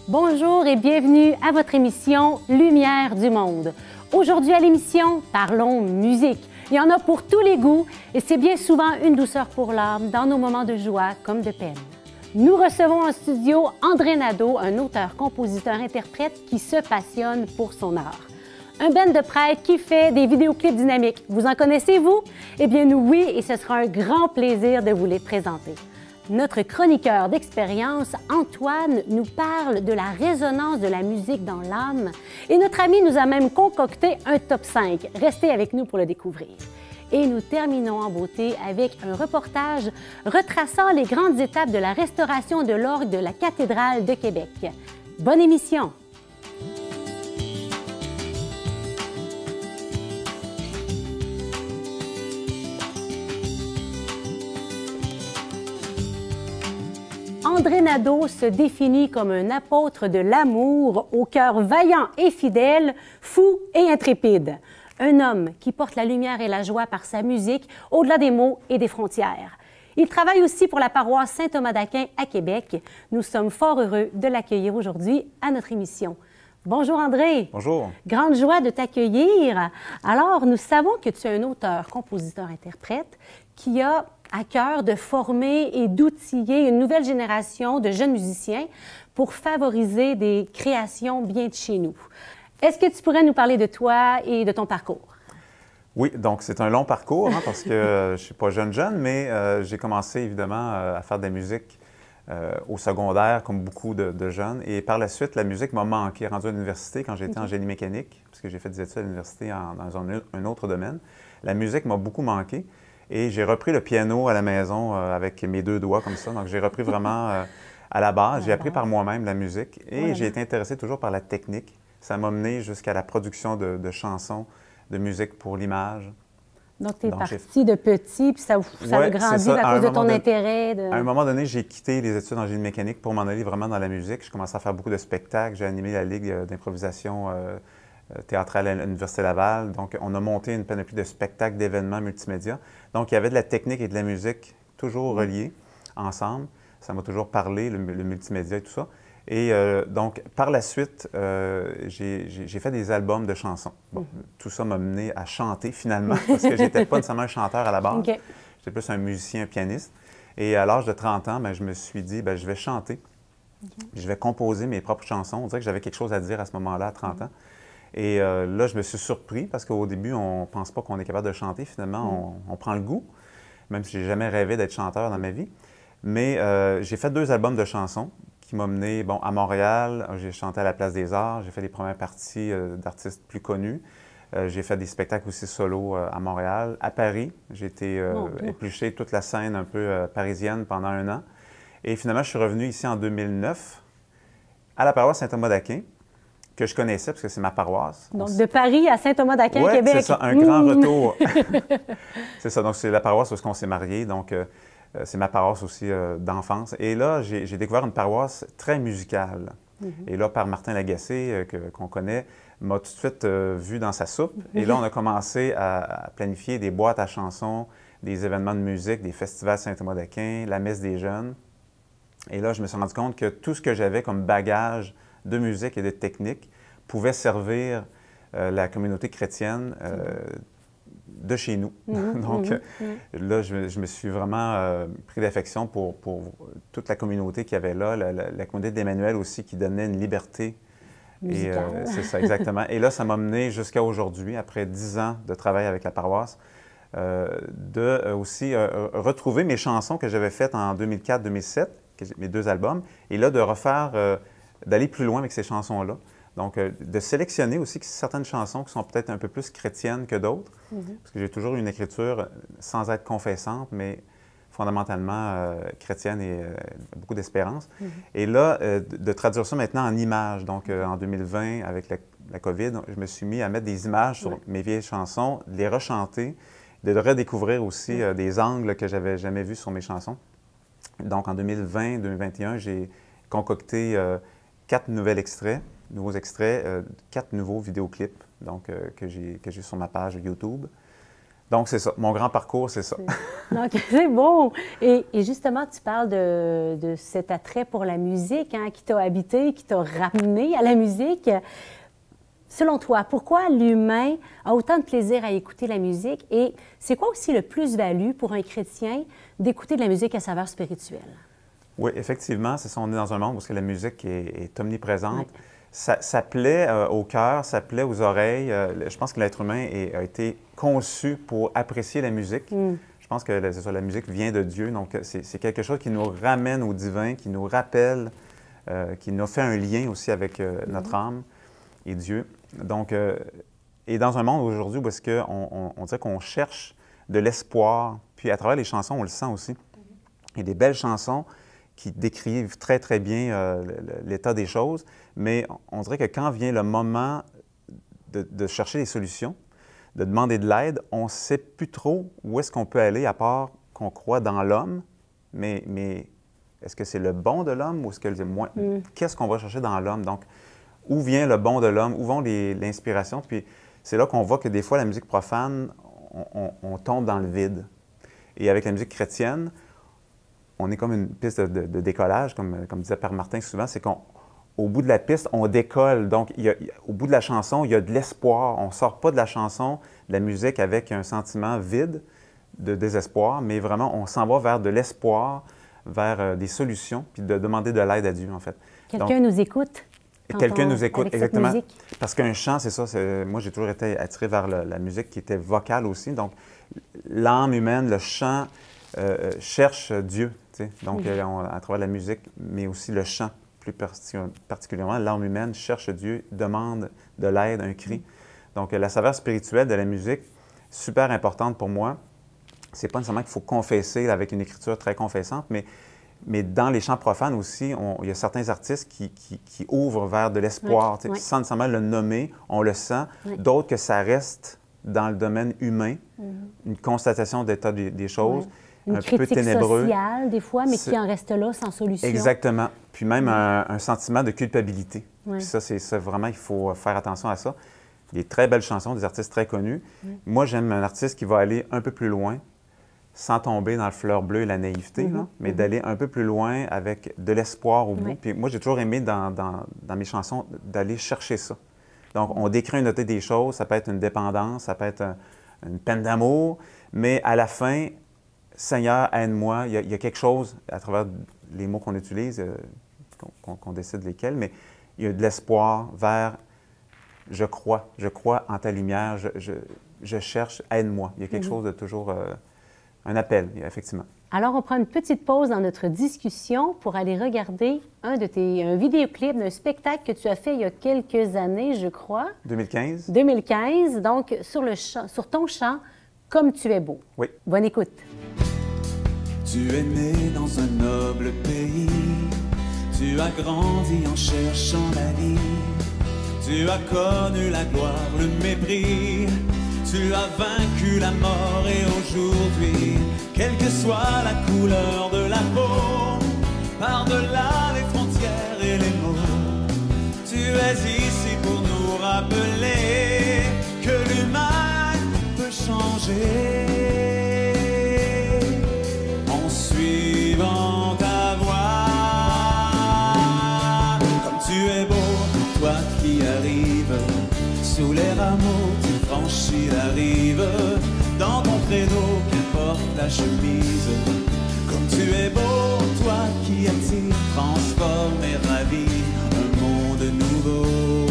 Bonjour et bienvenue à votre émission Lumière du monde. Aujourd'hui à l'émission, parlons musique. Il y en a pour tous les goûts et c'est bien souvent une douceur pour l'âme dans nos moments de joie comme de peine. Nous recevons en studio André Nadeau, un auteur, compositeur, interprète qui se passionne pour son art. Un band de prêtre qui fait des vidéoclips dynamiques. Vous en connaissez, vous? Eh bien, nous, oui, et ce sera un grand plaisir de vous les présenter. Notre chroniqueur d'expérience, Antoine, nous parle de la résonance de la musique dans l'âme et notre ami nous a même concocté un top 5. Restez avec nous pour le découvrir. Et nous terminons en beauté avec un reportage retraçant les grandes étapes de la restauration de l'orgue de la cathédrale de Québec. Bonne émission! André Nadeau se définit comme un apôtre de l'amour, au cœur vaillant et fidèle, fou et intrépide. Un homme qui porte la lumière et la joie par sa musique, au-delà des mots et des frontières. Il travaille aussi pour la paroisse Saint-Thomas d'Aquin à Québec. Nous sommes fort heureux de l'accueillir aujourd'hui à notre émission. Bonjour André. Bonjour. Grande joie de t'accueillir. Alors, nous savons que tu es un auteur, compositeur, interprète qui a à cœur de former et d'outiller une nouvelle génération de jeunes musiciens pour favoriser des créations bien de chez nous. Est-ce que tu pourrais nous parler de toi et de ton parcours? Oui, donc c'est un long parcours parce que je ne suis pas jeune, mais j'ai commencé évidemment à faire de la musique au secondaire, comme beaucoup de jeunes. Et par la suite, la musique m'a manqué, rendu à l'université quand j'étais en génie mécanique, parce que j'ai fait des études à l'université dans un autre domaine. La musique m'a beaucoup manqué. Et j'ai repris le piano à la maison avec mes deux doigts comme ça. Donc, j'ai repris vraiment à la base. J'ai appris par moi-même la musique et j'ai été intéressé toujours par la technique. Ça m'a mené jusqu'à la production de chansons, de musique pour l'image. Donc, tu es parti de petit, puis ça a grandi à cause de ton intérêt. À un moment donné, j'ai quitté les études en génie mécanique pour m'en aller vraiment dans la musique. Je commençais à faire beaucoup de spectacles. J'ai animé la Ligue d'improvisation théâtrale à l'Université Laval. Donc, on a monté une panoplie de spectacles, d'événements multimédia. Donc, il y avait de la technique et de la musique toujours reliées ensemble. Ça m'a toujours parlé, le multimédia et tout ça. Et donc, par la suite, j'ai fait des albums de chansons. Bon, tout ça m'a mené à chanter finalement, parce que je n'étais pas nécessairement un chanteur à la base. Okay. J'étais plus un musicien, un pianiste. Et à l'âge de 30 ans, je me suis dit, je vais chanter. Je vais composer mes propres chansons. On dirait que j'avais quelque chose à dire à ce moment-là, à 30 ans. Et là, je me suis surpris parce qu'au début, on ne pense pas qu'on est capable de chanter. Finalement, on prend le goût, même si je n'ai jamais rêvé d'être chanteur dans ma vie. Mais j'ai fait 2 albums de chansons qui m'ont mené à Montréal. J'ai chanté à la Place des Arts. J'ai fait les premières parties d'artistes plus connus. J'ai fait des spectacles aussi solo à Montréal. À Paris, j'ai été épluché toute la scène un peu parisienne pendant 1 an. Et finalement, je suis revenu ici en 2009 à la paroisse Saint-Thomas d'Aquin, que je connaissais parce que c'est ma paroisse. Donc, de Paris à Saint-Thomas-d'Aquin, Québec. C'est ça, un grand retour. C'est ça, donc c'est la paroisse où on s'est mariés, donc c'est ma paroisse aussi d'enfance. Et là, j'ai découvert une paroisse très musicale. Et là, par Martin Lagacé, qu'on connaît, m'a tout de suite vu dans sa soupe. Et là, on a commencé à planifier des boîtes à chansons, des événements de musique, des festivals Saint-Thomas-d'Aquin, la messe des jeunes. Et là, je me suis rendu compte que tout ce que j'avais comme bagage de musique et de technique pouvait servir la communauté chrétienne de chez nous. Donc, là, je me suis vraiment pris d'affection pour toute la communauté qu'il y avait là, la communauté d'Emmanuel aussi, qui donnait une liberté. Musicale. C'est ça, exactement. Et là, ça m'a mené jusqu'à aujourd'hui, après 10 ans de travail avec la paroisse, aussi retrouver mes chansons que j'avais faites en 2004-2007, mes 2 albums, et là, de refaire, d'aller plus loin avec ces chansons-là. Donc, de sélectionner aussi certaines chansons qui sont peut-être un peu plus chrétiennes que d'autres, parce que j'ai toujours une écriture sans être confessante, mais fondamentalement chrétienne et beaucoup d'espérance. Et là, de traduire ça maintenant en images. Donc, en 2020, avec la COVID, je me suis mis à mettre des images sur mes vieilles chansons, de les rechanter, de redécouvrir aussi des angles que j'avais jamais vus sur mes chansons. Donc, en 2020-2021, j'ai concocté 4 nouveaux extraits, 4 nouveaux vidéoclips donc, que j'ai sur ma page YouTube. Donc, c'est ça. Mon grand parcours, c'est ça. Donc, c'est bon. Et justement, tu parles de cet attrait pour la musique hein, qui t'a habité, qui t'a ramené à la musique. Selon toi, pourquoi l'humain a autant de plaisir à écouter la musique et c'est quoi aussi le plus-value pour un chrétien d'écouter de la musique à saveur spirituelle? Oui, effectivement, c'est ça. On est dans un monde où la musique est omniprésente. Oui. Ça plaît au cœur, ça plaît aux oreilles. Je pense que l'être humain a été conçu pour apprécier la musique. Je pense que la musique vient de Dieu, donc c'est quelque chose qui nous ramène au divin, qui nous rappelle, qui nous fait un lien aussi avec notre âme et Dieu. Donc, et dans un monde aujourd'hui où est-ce qu'on dirait qu'on cherche de l'espoir, puis à travers les chansons, on le sent aussi. Il y a des belles chansons qui décrivent très, très bien l'état des choses, mais on dirait que quand vient le moment de chercher des solutions, de demander de l'aide, on ne sait plus trop où est-ce qu'on peut aller à part qu'on croit dans l'homme, mais est-ce que c'est le bon de l'homme ou est-ce que c'est moins... Qu'est-ce qu'on va chercher dans l'homme? Donc, où vient le bon de l'homme? Où vont l'inspiration? Puis c'est là qu'on voit que des fois, la musique profane, on tombe dans le vide. Et avec la musique chrétienne, on est comme une piste de décollage, comme disait Père Martin souvent, c'est qu'au bout de la piste, on décolle. Donc, au bout de la chanson, il y a de l'espoir. On ne sort pas de la chanson, de la musique avec un sentiment vide de désespoir, mais vraiment, on s'en va vers de l'espoir, vers des solutions, puis de demander de l'aide à Dieu, en fait. Quelqu'un nous écoute. Quelqu'un nous écoute, exactement. Parce qu'un chant, c'est ça. Moi, j'ai toujours été attiré vers la musique qui était vocale aussi. Donc, l'âme humaine, le chant cherche Dieu. Donc, à travers la musique, mais aussi le chant, plus particulièrement, l'âme humaine cherche Dieu, demande de l'aide, un cri. Donc, la saveur spirituelle de la musique, super importante pour moi. C'est pas nécessairement qu'il faut confesser avec une écriture très confessante, mais dans les chants profanes aussi, il y a certains artistes qui ouvrent vers de l'espoir, sans nécessairement le nommer, on le sent. D'autres que ça reste dans le domaine humain, une constatation d'état des choses. Une critique sociale, des fois, mais qui en reste là, sans solution. Exactement. Puis même un sentiment de culpabilité. Puis ça, c'est ça, vraiment, il faut faire attention à ça. Des très belles chansons, des artistes très connus. Moi, j'aime un artiste qui va aller un peu plus loin, sans tomber dans le fleur bleue et la naïveté, mais d'aller un peu plus loin avec de l'espoir au bout. Puis moi, j'ai toujours aimé dans mes chansons d'aller chercher ça. Donc, on décrit une noter des choses, ça peut être une dépendance, ça peut être une peine d'amour, mais à la fin, Seigneur, aide-moi. Il y a quelque chose à travers les mots qu'on utilise, qu'on décide lesquels, mais il y a de l'espoir vers je crois en ta lumière, je cherche, aide-moi. Il y a quelque chose de toujours un appel, effectivement. Alors, on prend une petite pause dans notre discussion pour aller regarder un vidéoclip d'un spectacle que tu as fait il y a quelques années, je crois. 2015. 2015, donc sur ton chant, « Comme tu es beau ». Oui. Bonne écoute. Tu es né dans un noble pays, tu as grandi en cherchant la vie, tu as connu la gloire, le mépris, tu as vaincu la mort et aujourd'hui, quelle que soit la couleur de la peau, par-delà les frontières et les mots, tu es ici pour nous rappeler que l'humain peut changer. Suivant ta voix, comme tu es beau, toi qui arrives sous les rameaux, tu franchis la rive dans ton créneau, qu'importe la chemise. Comme tu es beau, toi qui attires, transforme et ravis un monde nouveau.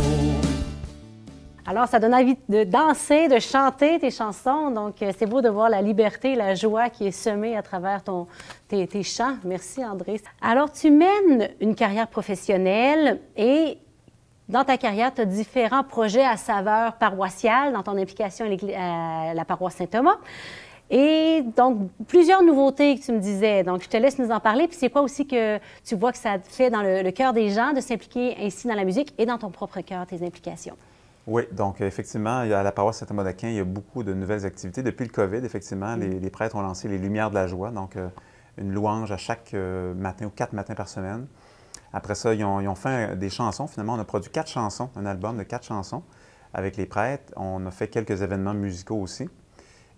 Alors, ça donne envie de danser, de chanter tes chansons. Donc, c'est beau de voir la liberté, la joie qui est semée à travers tes chants. Merci, André. Alors, tu mènes une carrière professionnelle et dans ta carrière, tu as différents projets à saveur paroissiale dans ton implication à la paroisse Saint-Thomas. Et donc, plusieurs nouveautés que tu me disais. Donc, je te laisse nous en parler. Puis, c'est quoi aussi que tu vois que ça fait dans le cœur des gens de s'impliquer ainsi dans la musique et dans ton propre cœur, tes implications? Oui, donc effectivement, à la paroisse Saint-Thomas d'Aquin, il y a beaucoup de nouvelles activités. Depuis le COVID, effectivement, les prêtres ont lancé les Lumières de la joie, donc une louange à chaque matin ou 4 matins par semaine. Après ça, ils ont fait des chansons. Finalement, on a produit 4 chansons, un album de 4 chansons avec les prêtres. On a fait quelques événements musicaux aussi.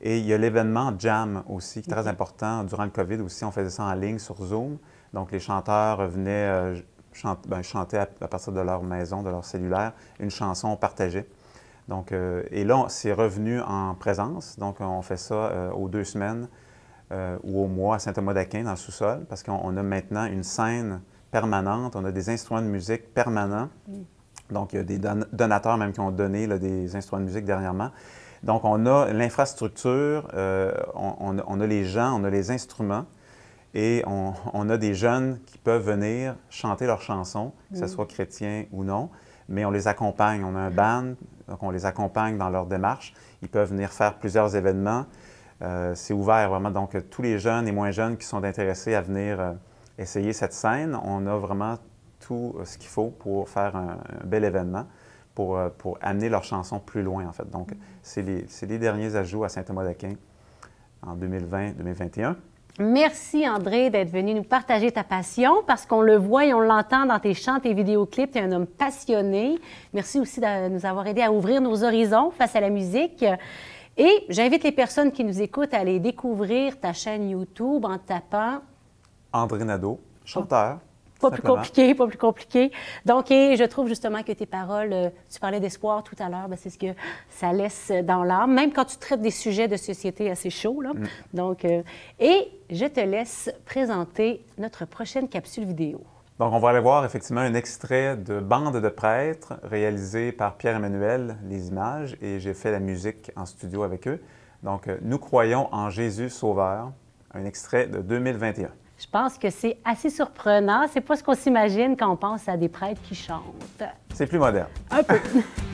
Et il y a l'événement Jam aussi, qui est très important. Durant le COVID aussi, on faisait ça en ligne sur Zoom. Donc, les chanteurs venaient chanter à partir de leur maison, de leur cellulaire, une chanson partagée. Donc, et là, c'est revenu en présence. Donc, on fait ça aux 2 semaines ou au mois à Saint-Thomas-d'Aquin, dans le sous-sol, parce qu'on a maintenant une scène permanente. On a des instruments de musique permanents. Donc, il y a des donateurs même qui ont donné là, des instruments de musique dernièrement. Donc, on a l'infrastructure, on a les gens, on a les instruments et on a des jeunes qui peuvent venir chanter leurs chansons, que ce soit chrétien ou non, mais on les accompagne. On a un band, donc on les accompagne dans leur démarche. Ils peuvent venir faire plusieurs événements. C'est ouvert vraiment, donc tous les jeunes et moins jeunes qui sont intéressés à venir essayer cette scène, on a vraiment tout ce qu'il faut pour faire un bel événement, pour amener leurs chansons plus loin, en fait. Donc, c'est les derniers ajouts à Saint-Thomas-d'Aquin en 2020-2021. Merci, André, d'être venu nous partager ta passion, parce qu'on le voit et on l'entend dans tes chants, tes vidéoclips. Tu es un homme passionné. Merci aussi de nous avoir aidés à ouvrir nos horizons face à la musique. Et j'invite les personnes qui nous écoutent à aller découvrir ta chaîne YouTube en tapant... André Nadeau, chanteur. Pas plus compliqué, pas plus compliqué. Donc, et je trouve justement que tes paroles, tu parlais d'espoir tout à l'heure, c'est ce que ça laisse dans l'âme, même quand tu traites des sujets de société assez chauds, là. Donc, et je te laisse présenter notre prochaine capsule vidéo. Donc, on va aller voir effectivement un extrait de Bande de prêtres réalisé par Pierre-Emmanuel, les images, et j'ai fait la musique en studio avec eux. Donc, Nous croyons en Jésus Sauveur, un extrait de 2021. Je pense que c'est assez surprenant. C'est pas ce qu'on s'imagine quand on pense à des prêtres qui chantent. C'est plus moderne. Un peu.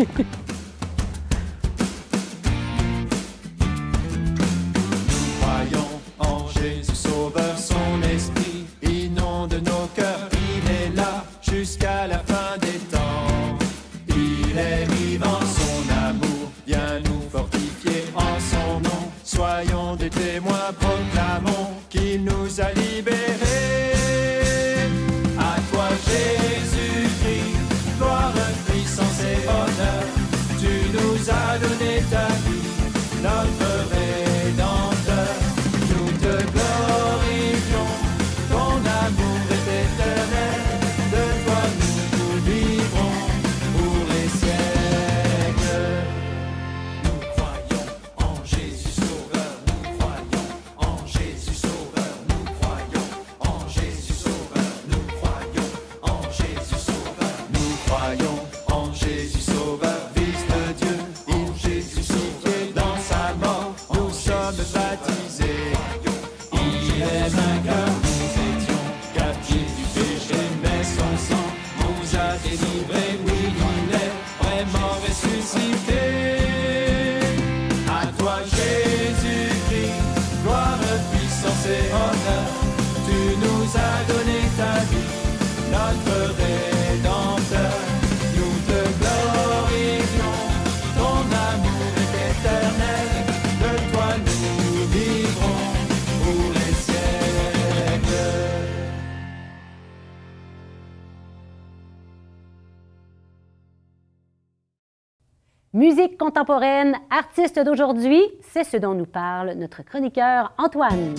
Nous croyons en Jésus Sauveur, son esprit inonde nos cœurs. Il est là jusqu'à la fin des temps. Il est vivant, son amour vient nous fortifier en son nom. Soyons des témoins, proclamons qu'il nous a libérés. À toi Jésus-Christ, gloire, puissance et honneur. Tu nous as donné ta vie, notre Rédempteur. Nous te glorifions, ton amour est éternel. De toi nous vivrons pour les siècles. Nous croyons en Jésus Sauveur, nous croyons en Jésus Sauveur, nous croyons en Jésus Sauveur, nous croyons en Jésus Sauveur, nous croyons en Jésus Sauveur, Fils de Dieu, il Jésus dans sa mort, nous sommes baptisés. Il est vainqueur, nous étions captifs du péché, mais son sang nous a délivrés. Oui, il est vraiment ressuscité. À toi Jésus-Christ, gloire, puissance et honneur. Tu nous as donné ta vie, notre Rédempteur. Nous te glorifions, ton amour est éternel. De toi nous vivrons pour les siècles. Musique contemporaine, artiste d'aujourd'hui, c'est ce dont nous parle notre chroniqueur Antoine.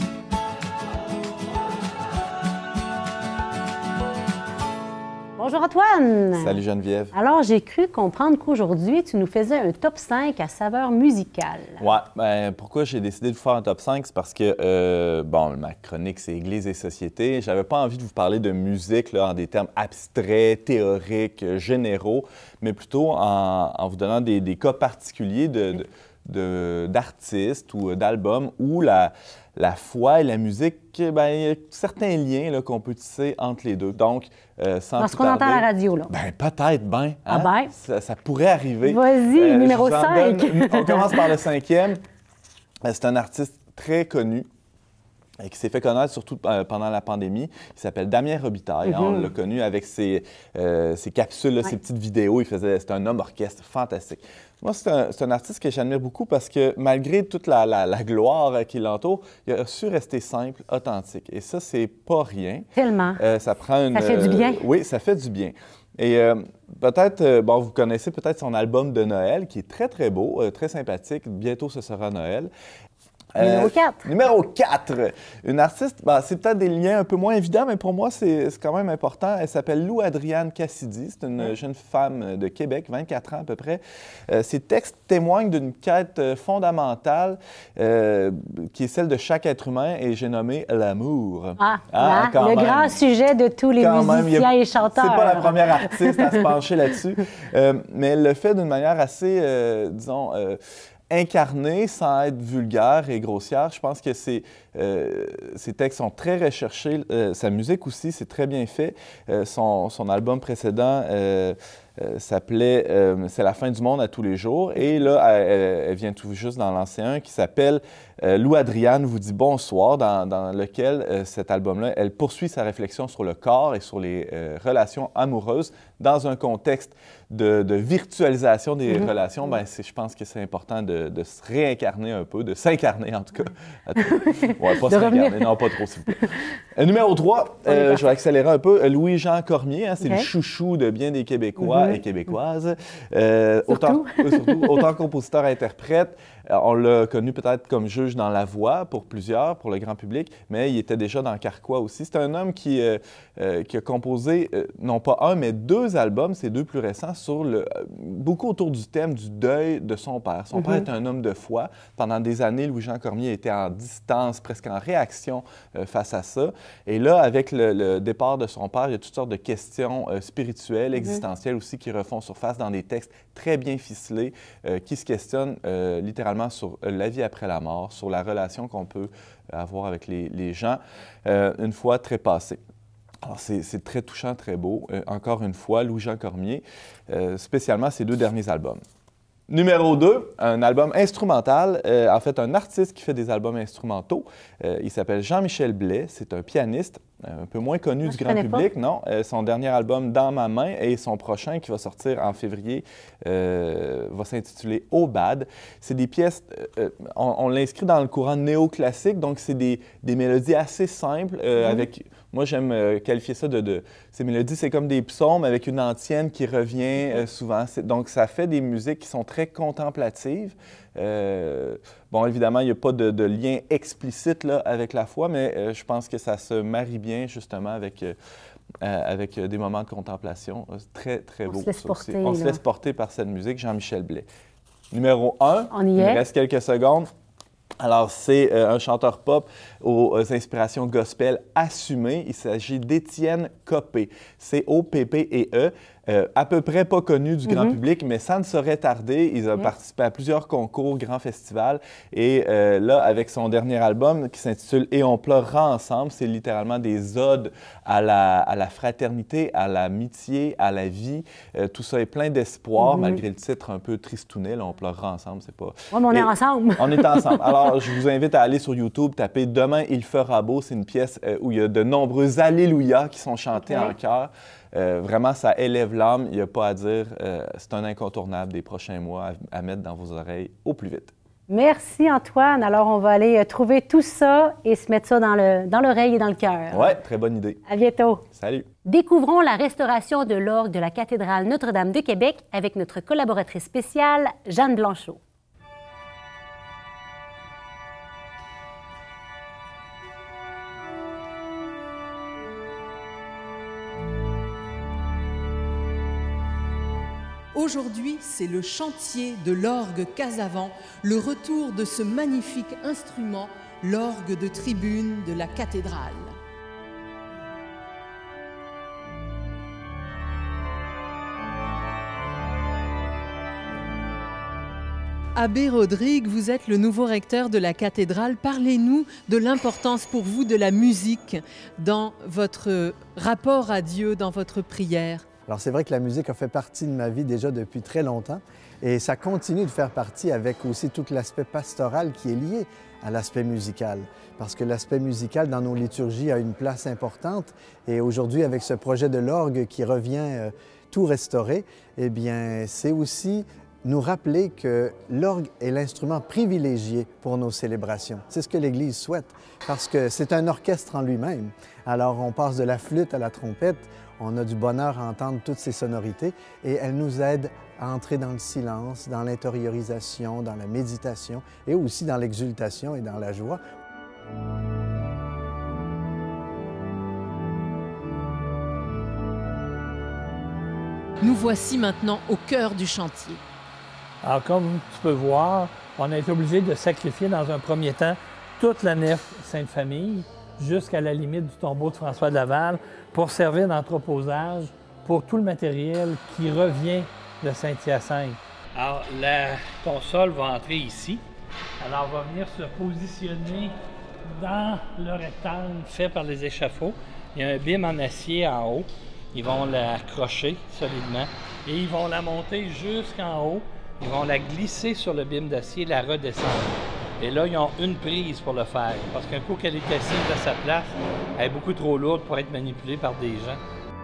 Bonjour Antoine! Salut Geneviève. Alors, j'ai cru comprendre qu'aujourd'hui, tu nous faisais un top 5 à saveur musicale. Ouais, ben, pourquoi j'ai décidé de vous faire un top 5? C'est parce que, bon, ma chronique, c'est Église et société. J'avais pas envie de vous parler de musique là, en des termes abstraits, théoriques, généraux, mais plutôt en vous donnant des cas particuliers d'artistes ou d'albums où la foi et la musique, ben, il y a certains liens qu'on peut tisser entre les deux. Donc, sans Dans ce qu'on entend à la radio, là. Ben, peut-être, ben. Ah ben? Ça pourrait arriver. Vas-y, numéro je vous en 5. On commence par le 5e. C'est un artiste très connu qui s'est fait connaître surtout pendant la pandémie. Il s'appelle Damien Robitaille. On l'a connu avec ses capsules, là, ses petites vidéos. C'est un homme orchestre fantastique. Moi, c'est un artiste que j'admire beaucoup parce que malgré toute la gloire qui l'entoure, il a su rester simple, authentique. Et ça, c'est pas rien. Tellement. Ça prend une... Ça fait du bien. Oui, ça fait du bien. Et peut-être, bon, vous connaissez peut-être son album de Noël, qui est très, très beau, très sympathique. Bientôt, ce sera Noël. Numéro 4. Numéro 4. Une artiste, c'est peut-être des liens un peu moins évidents, mais pour moi, c'est quand même important. Elle s'appelle Lou Adrienne Cassidy. C'est une jeune femme de Québec, 24 ans à peu près. Ses textes témoignent d'une quête fondamentale qui est celle de chaque être humain, et j'ai nommé l'amour. Le grand sujet de tous les musiciens et chanteurs. C'est pas la première artiste à se pencher là-dessus, mais elle le fait d'une manière assez, disons, incarnée, sans être vulgaire et grossière. Je pense que ses textes sont très recherchés. Sa musique aussi, c'est très bien fait. Son album précédent s'appelait C'est la fin du monde à tous les jours. Et là, elle vient tout juste d'en lancer un qui s'appelle Lou Adrienne vous dit bonsoir, dans lequel cet album-là, elle poursuit sa réflexion sur le corps et sur les relations amoureuses dans un contexte de virtualisation des relations. Je pense que c'est important de se réincarner un peu, de s'incarner en tout cas. Ouais, pas s'incarner, non, pas trop s'il vous plaît. Numéro 3, je vais accélérer un peu. Louis-Jean Cormier, c'est le chouchou de bien des Québécois et Québécoises. Surtout, autant compositeur-interprète. On l'a connu peut-être comme juge dans La Voix pour plusieurs, pour le grand public, mais il était déjà dans Carquois aussi. C'est un homme qui a composé non pas un, mais 2 albums, ces 2 plus récents, beaucoup autour du thème du deuil de son père. Son père était un homme de foi. Pendant des années, Louis-Jean Cormier était en distance, presque en réaction face à ça. Et là, avec le départ de son père, il y a toutes sortes de questions spirituelles, existentielles aussi, qui refont surface dans des textes très bien ficelés, qui se questionnent littéralement sur la vie après la mort, sur la relation qu'on peut avoir avec les gens une fois trépassés. Alors, c'est très touchant, très beau. Encore une fois, Louis-Jean Cormier, spécialement ses 2 derniers albums. Numéro 2, un album instrumental. En fait, un artiste qui fait des albums instrumentaux. Il s'appelle Jean-Michel Blais. C'est un pianiste un peu moins connu du grand public. Non, son dernier album, Dans ma main, et son prochain, qui va sortir en février, va s'intituler Oh Bad. C'est des pièces, on l'inscrit dans le courant néoclassique, donc c'est des mélodies assez simples, avec... Moi, j'aime qualifier ça ces mélodies, c'est comme des psaumes avec une antienne qui revient souvent. Donc, ça fait des musiques qui sont très contemplatives. Bon, évidemment, il n'y a pas de lien explicite là, avec la foi, mais je pense que ça se marie bien, justement, avec des moments de contemplation. Très, très beau. On se laisse porter par cette musique. Jean-Michel Blais. Numéro 1, il me reste quelques secondes. Alors, c'est un chanteur pop aux inspirations gospel assumées. Il s'agit d'Étienne Coppé, C-O-P-P-E-E. À peu près pas connu du grand public, mais ça ne saurait tarder. Il a participé à plusieurs concours, grands festivals. Et là, avec son dernier album qui s'intitule « Et on pleurera ensemble », c'est littéralement des odes à la fraternité, à l'amitié, à la vie. Tout ça est plein d'espoir, malgré le titre un peu tristounet. Là, on pleurera ensemble, c'est pas... Oui, mais on est ensemble. On est ensemble. Alors, je vous invite à aller sur YouTube, taper « Demain, il fera beau ». C'est une pièce où il y a de nombreux alléluia qui sont chantés en chœur. Vraiment, ça élève l'âme, il n'y a pas à dire. C'est un incontournable des prochains mois à mettre dans vos oreilles au plus vite. Merci, Antoine. Alors, on va aller trouver tout ça et se mettre ça dans l'oreille et dans le cœur. Oui, très bonne idée. À bientôt. Salut. Découvrons la restauration de l'orgue de la cathédrale Notre-Dame de Québec avec notre collaboratrice spéciale, Jeanne Blanchot. Aujourd'hui, c'est le chantier de l'orgue Casavant, le retour de ce magnifique instrument, l'orgue de tribune de la cathédrale. Abbé Rodrigue, vous êtes le nouveau recteur de la cathédrale. Parlez-nous de l'importance pour vous de la musique dans votre rapport à Dieu, dans votre prière. Alors c'est vrai que la musique a fait partie de ma vie déjà depuis très longtemps et ça continue de faire partie avec aussi tout l'aspect pastoral qui est lié à l'aspect musical. Parce que l'aspect musical dans nos liturgies a une place importante et aujourd'hui avec ce projet de l'orgue qui revient tout restauré, eh bien c'est aussi nous rappeler que l'orgue est l'instrument privilégié pour nos célébrations. C'est ce que l'Église souhaite, parce que c'est un orchestre en lui-même. Alors, on passe de la flûte à la trompette, on a du bonheur à entendre toutes ces sonorités, et elles nous aident à entrer dans le silence, dans l'intériorisation, dans la méditation, et aussi dans l'exultation et dans la joie. Nous voici maintenant au cœur du chantier. Alors, comme tu peux voir, on a été obligé de sacrifier dans un premier temps toute la nef Sainte-Famille jusqu'à la limite du tombeau de François de Laval pour servir d'entreposage pour tout le matériel qui revient de Saint-Hyacinthe. Alors, la console va entrer ici. Alors, on va venir se positionner dans le rectangle fait par les échafauds. Il y a un bim en acier en haut. Ils vont l'accrocher solidement et ils vont la monter jusqu'en haut. Ils vont la glisser sur le bim d'acier et la redescendre. Et là, ils ont une prise pour le faire. Parce qu'un coup qu'elle est assise à sa place, elle est beaucoup trop lourde pour être manipulée par des gens.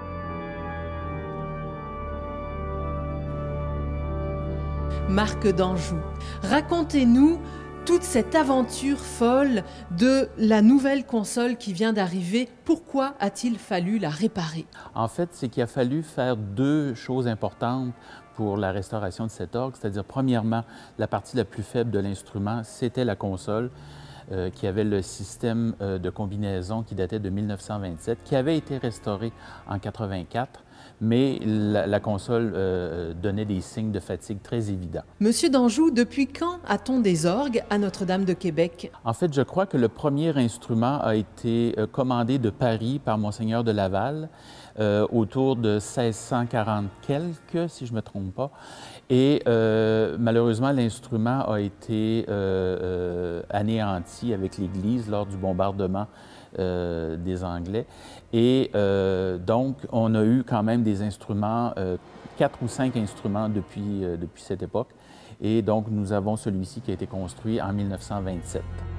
Marc d'Anjou, racontez-nous toute cette aventure folle de la nouvelle console qui vient d'arriver. Pourquoi a-t-il fallu la réparer? En fait, c'est qu'il a fallu faire deux choses importantes pour la restauration de cet orgue, c'est-à-dire, premièrement, la partie la plus faible de l'instrument, c'était la console, qui avait le système de combinaison qui datait de 1927, qui avait été restauré en 1984, mais la console donnait des signes de fatigue très évidents. Monsieur d'Anjou, depuis quand a-t-on des orgues à Notre-Dame de Québec? En fait, je crois que le premier instrument a été commandé de Paris par Monseigneur de Laval autour de 1640 quelques, si je ne me trompe pas. Et malheureusement, l'instrument a été anéanti avec l'Église lors du bombardement des Anglais. Et donc, on a eu quand même des instruments, 4 ou 5 instruments depuis cette époque. Et donc, nous avons celui-ci qui a été construit en 1927.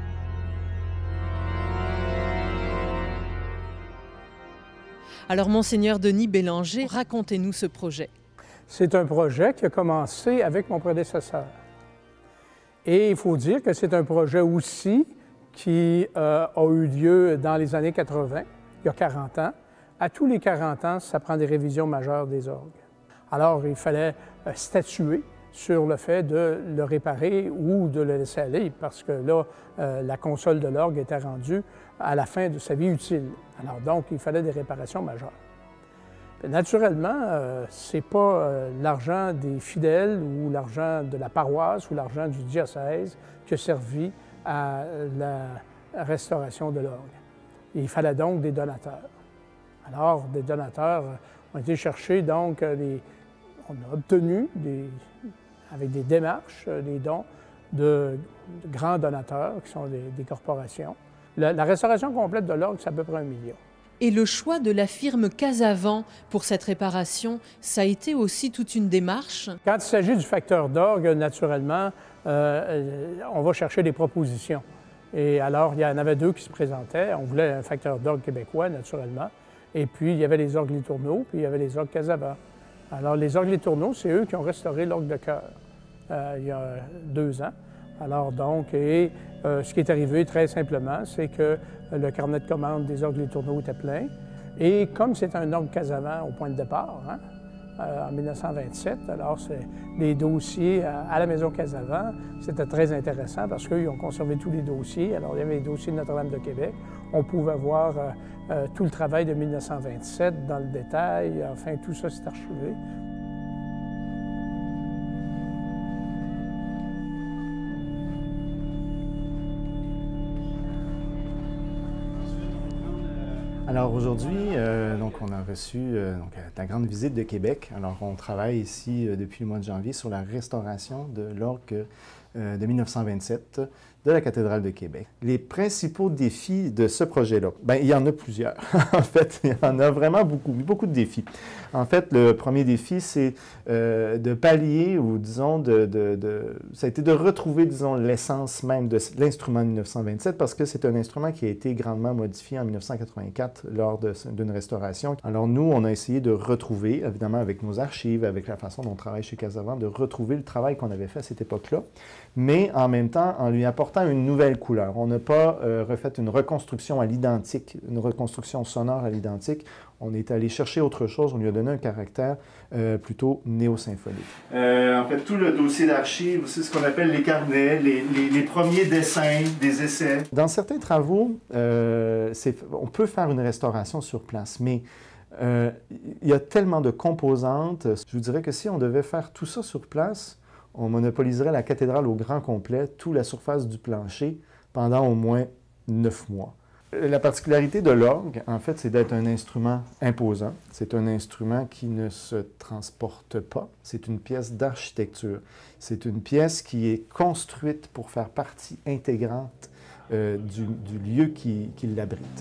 Alors, Monseigneur Denis Bélanger, racontez-nous ce projet. C'est un projet qui a commencé avec mon prédécesseur. Et il faut dire que c'est un projet aussi qui a eu lieu dans les années 80, il y a 40 ans. À tous les 40 ans, ça prend des révisions majeures des orgues. Alors, il fallait statuer sur le fait de le réparer ou de le laisser aller, parce que là, la console de l'orgue était rendue à la fin de sa vie utile. Alors donc, il fallait des réparations majeures. Naturellement, ce n'est pas l'argent des fidèles ou l'argent de la paroisse ou l'argent du diocèse qui a servi à la restauration de l'orgue. Il fallait donc des donateurs. Alors, des donateurs ont été cherchés, donc, on a obtenu, avec des démarches, des dons de grands donateurs, qui sont des corporations. La restauration complète de l'orgue, c'est à peu près 1 million. Et le choix de la firme Casavant pour cette réparation, ça a été aussi toute une démarche? Quand il s'agit du facteur d'orgue, naturellement, on va chercher des propositions. Et alors, il y en avait 2 qui se présentaient. On voulait un facteur d'orgue québécois, naturellement. Et puis, il y avait les orgues Les Tourneaux, puis il y avait les orgues Casavant. Alors, les orgues Les Tourneaux, c'est eux qui ont restauré l'orgue de chœur il y a 2 ans. Alors donc, ce qui est arrivé très simplement, c'est que le carnet de commandes des orgues Les Tourneaux était plein. Et comme c'est un orgue Casavant au point de départ, en 1927, alors les dossiers à la Maison Casavant, c'était très intéressant parce qu'ils ont conservé tous les dossiers. Alors il y avait les dossiers de Notre-Dame de Québec. On pouvait voir tout le travail de 1927 dans le détail. Enfin, tout ça s'est archivé. Alors aujourd'hui, on a reçu la grande visite de Québec. Alors on travaille ici depuis le mois de janvier sur la restauration de l'orgue de 1927 de la cathédrale de Québec. Les principaux défis de ce projet-là, bien, il y en a plusieurs. En fait, il y en a vraiment beaucoup de défis. En fait, le premier défi, c'est de pallier, ou disons, ça a été de retrouver, disons, l'essence même de l'instrument de 1927, parce que c'est un instrument qui a été grandement modifié en 1984 lors d'une restauration. Alors nous, on a essayé de retrouver, évidemment avec nos archives, avec la façon dont on travaille chez Casavant, de retrouver le travail qu'on avait fait à cette époque-là, mais en même temps en lui apportant une nouvelle couleur. On n'a pas refait une reconstruction à l'identique, une reconstruction sonore à l'identique. On est allé chercher autre chose, on lui a donné un caractère plutôt néo-symphonique. En fait, tout le dossier d'archives, c'est ce qu'on appelle les carnets, les premiers dessins, des essais. Dans certains travaux, on peut faire une restauration sur place, mais il y a tellement de composantes. Je vous dirais que si on devait faire tout ça sur place, on monopoliserait la cathédrale au grand complet, toute la surface du plancher, pendant au moins 9 mois. La particularité de l'orgue, en fait, c'est d'être un instrument imposant. C'est un instrument qui ne se transporte pas. C'est une pièce d'architecture. C'est une pièce qui est construite pour faire partie intégrante du lieu qui l'abrite.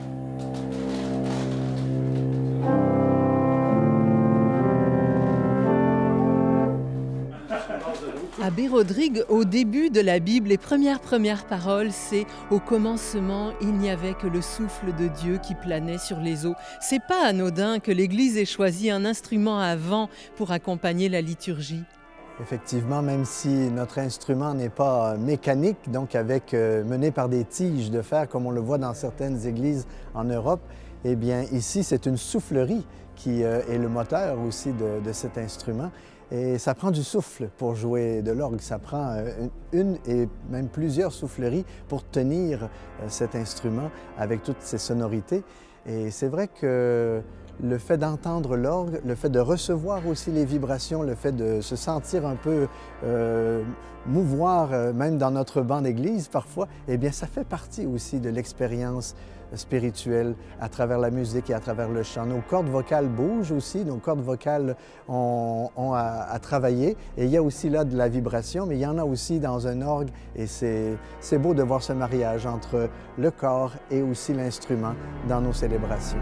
Abbé Rodrigue, au début de la Bible, les premières paroles, c'est « Au commencement, il n'y avait que le souffle de Dieu qui planait sur les eaux ». C'est pas anodin que l'Église ait choisi un instrument à vent pour accompagner la liturgie. Effectivement, même si notre instrument n'est pas mécanique, donc mené par des tiges de fer, comme on le voit dans certaines églises en Europe, eh bien ici, c'est une soufflerie qui est le moteur aussi de cet instrument. Et ça prend du souffle pour jouer de l'orgue. Ça prend une et même plusieurs souffleries pour tenir cet instrument avec toutes ses sonorités. Et c'est vrai que le fait d'entendre l'orgue, le fait de recevoir aussi les vibrations, le fait de se sentir un peu mouvoir, même dans notre banc d'église parfois, eh bien ça fait partie aussi de l'expérience spirituelle à travers la musique et à travers le chant. Nos cordes vocales bougent aussi, nos cordes vocales ont à travailler et il y a aussi là de la vibration, mais il y en a aussi dans un orgue et c'est beau de voir ce mariage entre le corps et aussi l'instrument dans nos célébrations.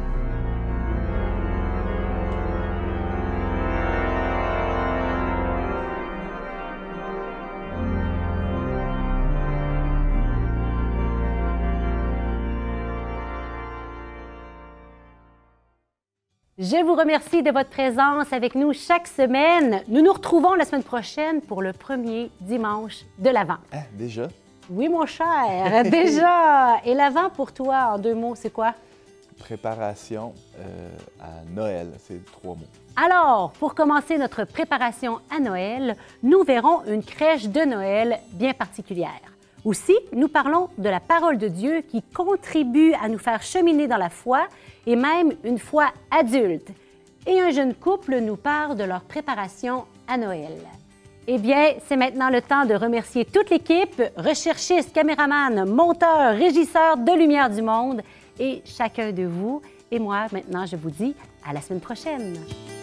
Je vous remercie de votre présence avec nous chaque semaine. Nous nous retrouvons la semaine prochaine pour le premier dimanche de l'Avent. Ah, déjà? Oui, mon cher, déjà. Et l'Avent, pour toi, en 2 mots, c'est quoi? Préparation à Noël, c'est 3 mots. Alors, pour commencer notre préparation à Noël, nous verrons une crèche de Noël bien particulière. Aussi, nous parlons de la parole de Dieu qui contribue à nous faire cheminer dans la foi et même une foi adulte. Et un jeune couple nous parle de leur préparation à Noël. Eh bien, c'est maintenant le temps de remercier toute l'équipe, recherchistes, caméramans, monteurs, régisseurs de Lumière du Monde et chacun de vous. Et moi, maintenant, je vous dis à la semaine prochaine.